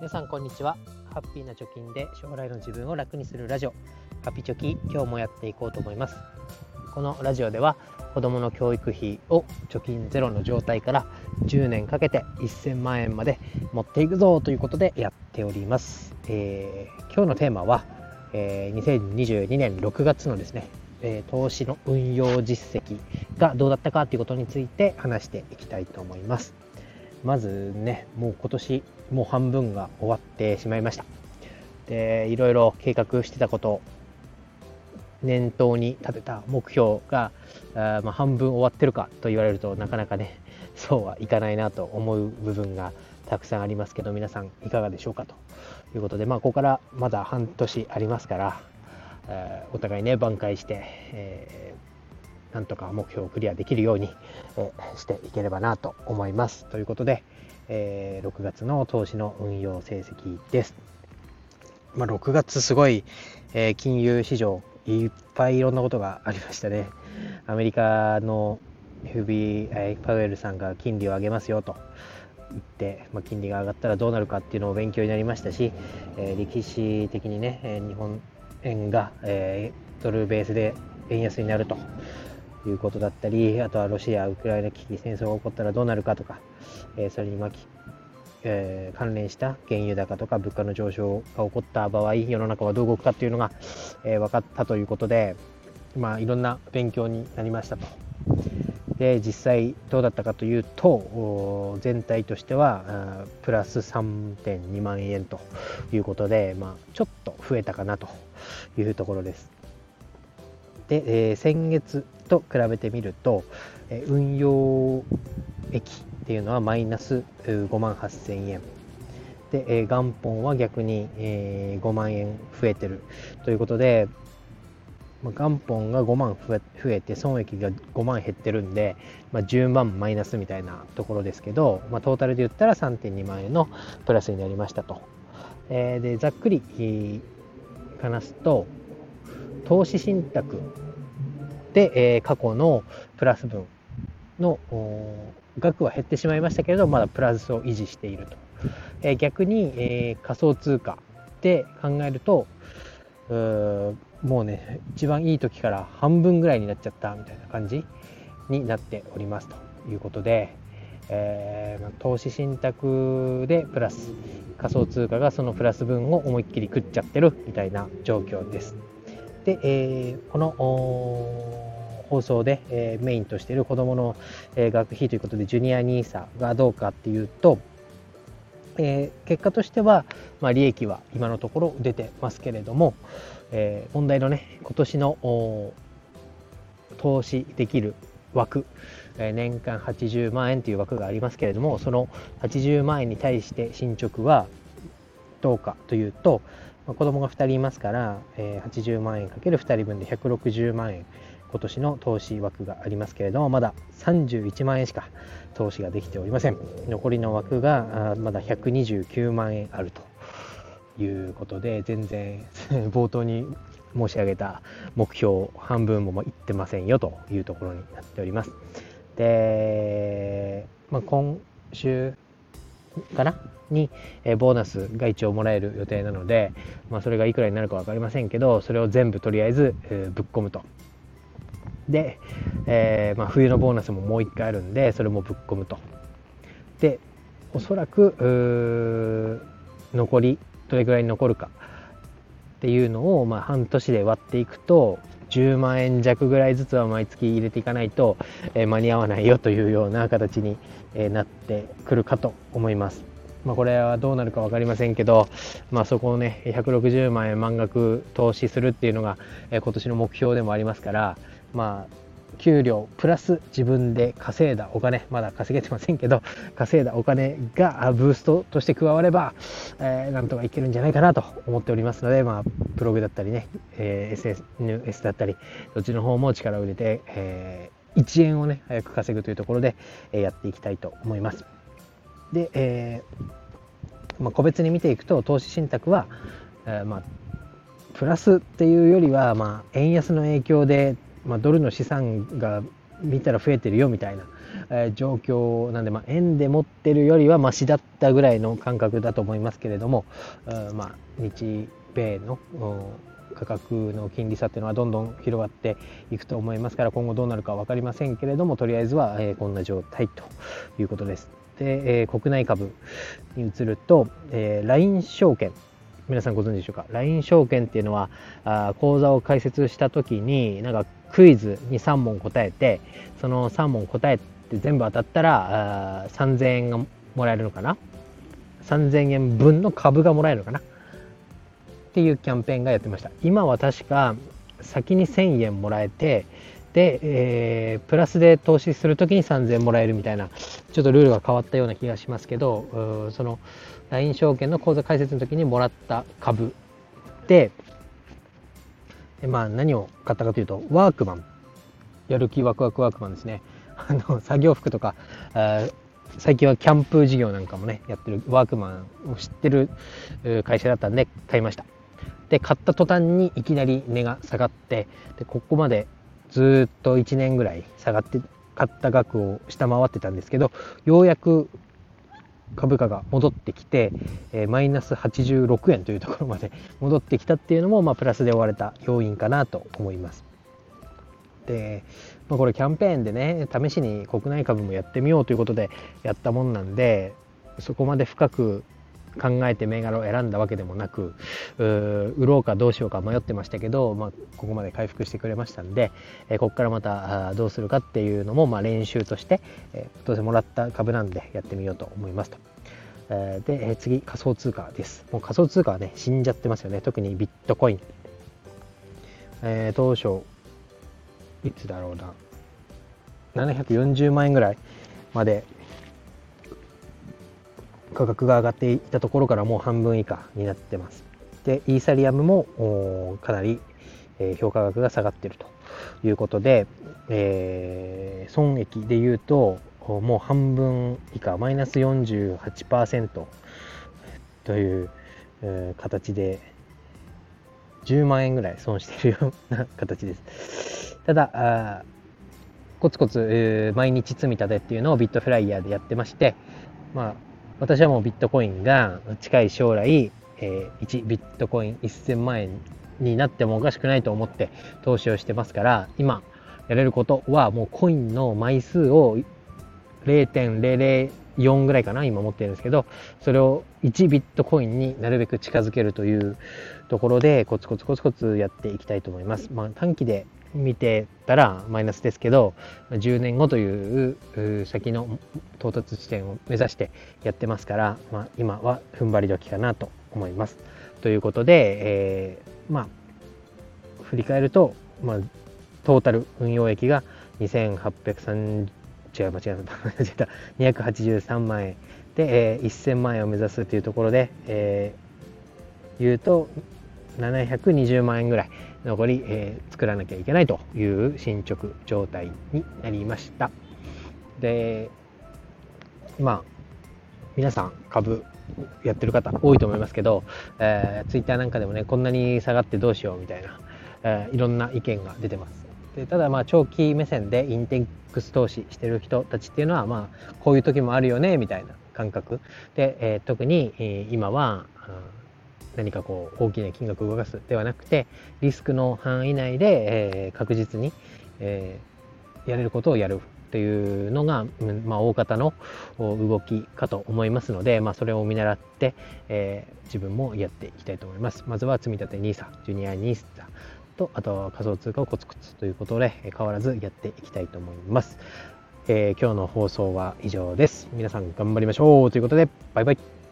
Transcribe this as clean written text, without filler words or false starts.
皆さんこんにちは。ハッピーな貯金で将来の自分を楽にするラジオ、ハピチョキ、今日もやっていこうと思います。このラジオでは子どもの教育費を貯金ゼロの状態から10年かけて1000万円まで持っていくぞということでやっております。今日のテーマは、2022年6月のですね、投資の運用実績がどうだったかということについて話していきたいと思います。まずね、もう今年もう半分が終わってしまいました。で、いろいろ計画してたこと、念頭に立てた目標が半分終わってるかと言われるとなかなかね、そうはいかないなと思う部分がたくさんありますけど、皆さんいかがでしょうかということで、ここからまだ半年ありますから、お互いね挽回して、なんとか目標をクリアできるように、していければなと思います。ということで、6月の投資の運用成績です。6月すごい、金融市場いっぱいいろんなことがありましたね。アメリカの FBI パウエルさんが金利を上げますよと言って、金利が上がったらどうなるかっていうのを勉強になりましたし、歴史的にね、日本円が、ドルベースで円安になるということだったり、あとはロシア・ウクライナ危機戦争が起こったらどうなるかとか、それに関連した原油高とか物価の上昇が起こった場合、世の中はどう動くかっていうのが、分かったということで、いろんな勉強になりましたと。で、実際どうだったかというと、全体としてはプラス 3.2 万円ということで、ちょっと増えたかなというところです。で、先月と比べてみると、運用益っていうのはマイナス5万8000円で、元本は逆に5万円増えてるということで、元本が5万増えて損益が5万減ってるんで、10万マイナスみたいなところですけど、トータルで言ったら 3.2 万円のプラスになりましたと。で、ざっくり話すと、投資信託で、過去のプラス分の額は減ってしまいましたけれど、まだプラスを維持していると。逆に、仮想通貨で考えると、もうね、一番いい時から半分ぐらいになっちゃったみたいな感じになっておりますということで、投資信託でプラス仮想通貨がそのプラス分を思いっきり食っちゃってるみたいな状況です。で、この放送で、メインとしている子どもの、学費ということでジュニアNISAがどうかっていうと、結果としては、利益は今のところ出てますけれども、問題のね、今年の投資できる枠、年間80万円という枠がありますけれども、その80万円に対して進捗はどうかというと、子供が2人いますから、80万円かける2人分で160万円今年の投資枠がありますけれども、まだ31万円しか投資ができておりません。残りの枠がまだ129万円あるということで、全然冒頭に申し上げた目標半分もいってませんよというところになっております。で、今週かなにボーナスが一応もらえる予定なので、それがいくらになるか分かりませんけど、それを全部とりあえずぶっ込むと。で、冬のボーナスももう一回あるんで、それもぶっ込むと。で、おそらく残りどれぐらいに残るかっていうのを、半年で割っていくと10万円弱ぐらいずつは毎月入れていかないと、間に合わないよというような形に、なってくるかと思います。これはどうなるか分かりませんけど、そこをね160万円満額投資するっていうのが、今年の目標でもありますから、給料プラス自分で稼いだお金、まだ稼げてませんけど稼いだお金がブーストとして加われば、なんとかいけるんじゃないかなと思っておりますので、ブログだったりね、SNS だったりどっちの方も力を入れて、1円をね早く稼ぐというところで、やっていきたいと思います。で、個別に見ていくと、投資信託は、プラスっていうよりは、円安の影響で、ドルの資産が見たら増えてるよみたいな、状況なんで、円で持ってるよりはマシだったぐらいの感覚だと思いますけれども、日米の価格の金利差っていうのはどんどん広がっていくと思いますから、今後どうなるか分かりませんけれども、とりあえずは、こんな状態ということです。で、国内株に移ると、LINE 証券、皆さんご存知でしょうか。 LINE 証券っていうのは口座を開設した時になんかクイズに3問答えて、その3問答えて全部当たったら3000円がもらえるのかな、3000円分の株がもらえるのかなっていうキャンペーンがやってました。今は確か先に1000円もらえて、で、プラスで投資するときに3000円もらえるみたいな、ちょっとルールが変わったような気がしますけど、その LINE 証券の口座開設の時にもらった株で、何を買ったかというと、ワークマン、やる気ワクワクワークマンですね。作業服とか、最近はキャンプ事業なんかもねやってるワークマンを知ってる会社だったんで買いました。で、買った途端にいきなり値が下がって、でここまでずっと1年ぐらい下がって、買った額を下回ってたんですけど、ようやく株価が戻ってきて、マイナス86円というところまで戻ってきたっていうのも、プラスで終われた要因かなと思います。で、これキャンペーンでね、試しに国内株もやってみようということでやったもんなんで、そこまで深く考えて銘柄を選んだわけでもなく、売ろうかどうしようか迷ってましたけど、ここまで回復してくれましたんで、ここからまたどうするかっていうのも、練習として、どうせもらった株なんでやってみようと思いますと。で、次仮想通貨です。もう仮想通貨はね死んじゃってますよね。特にビットコイン、当初いつだろうな、740万円ぐらいまで価格が上がっていたところからもう半分以下になってます。で、イーサリアムもかなり評価額が下がっているということで、損益でいうともう半分以下、マイナス 48% という形で10万円ぐらい損しているような形です。ただコツコツ、毎日積み立てっていうのをビットフライヤーでやってまして、私はもうビットコインが近い将来、1ビットコイン1000万円になってもおかしくないと思って投資をしてますから、今やれることはもうコインの枚数を 0.004 ぐらいかな今持ってるんですけど、それを1ビットコインになるべく近づけるというところでコツコツやっていきたいと思います。短期で見てたらマイナスですけど、10年後という先の到達地点を目指してやってますから、今は踏ん張り時かなと思います。ということで、振り返ると、トータル運用益が2830間違えた283万円で、1000万円を目指すというところで、言うと720万円ぐらい残り、作らなきゃいけないという進捗状態になりました。で、皆さん株やってる方多いと思いますけど、ツイッターなんかでもね、こんなに下がってどうしようみたいな、いろんな意見が出てます。で、ただ長期目線でインデックス投資してる人たちっていうのは、こういう時もあるよねみたいな感覚で、特に、今は何か大きな金額を動かすではなくて、リスクの範囲内で、確実に、やれることをやるというのが、大方の動きかと思いますので、それを見習って、自分もやっていきたいと思います。まずは積立 NISA、ジュニア NISA と、あとは仮想通貨をコツコツということで、変わらずやっていきたいと思います。今日の放送は以上です。皆さん頑張りましょうということで、バイバイ。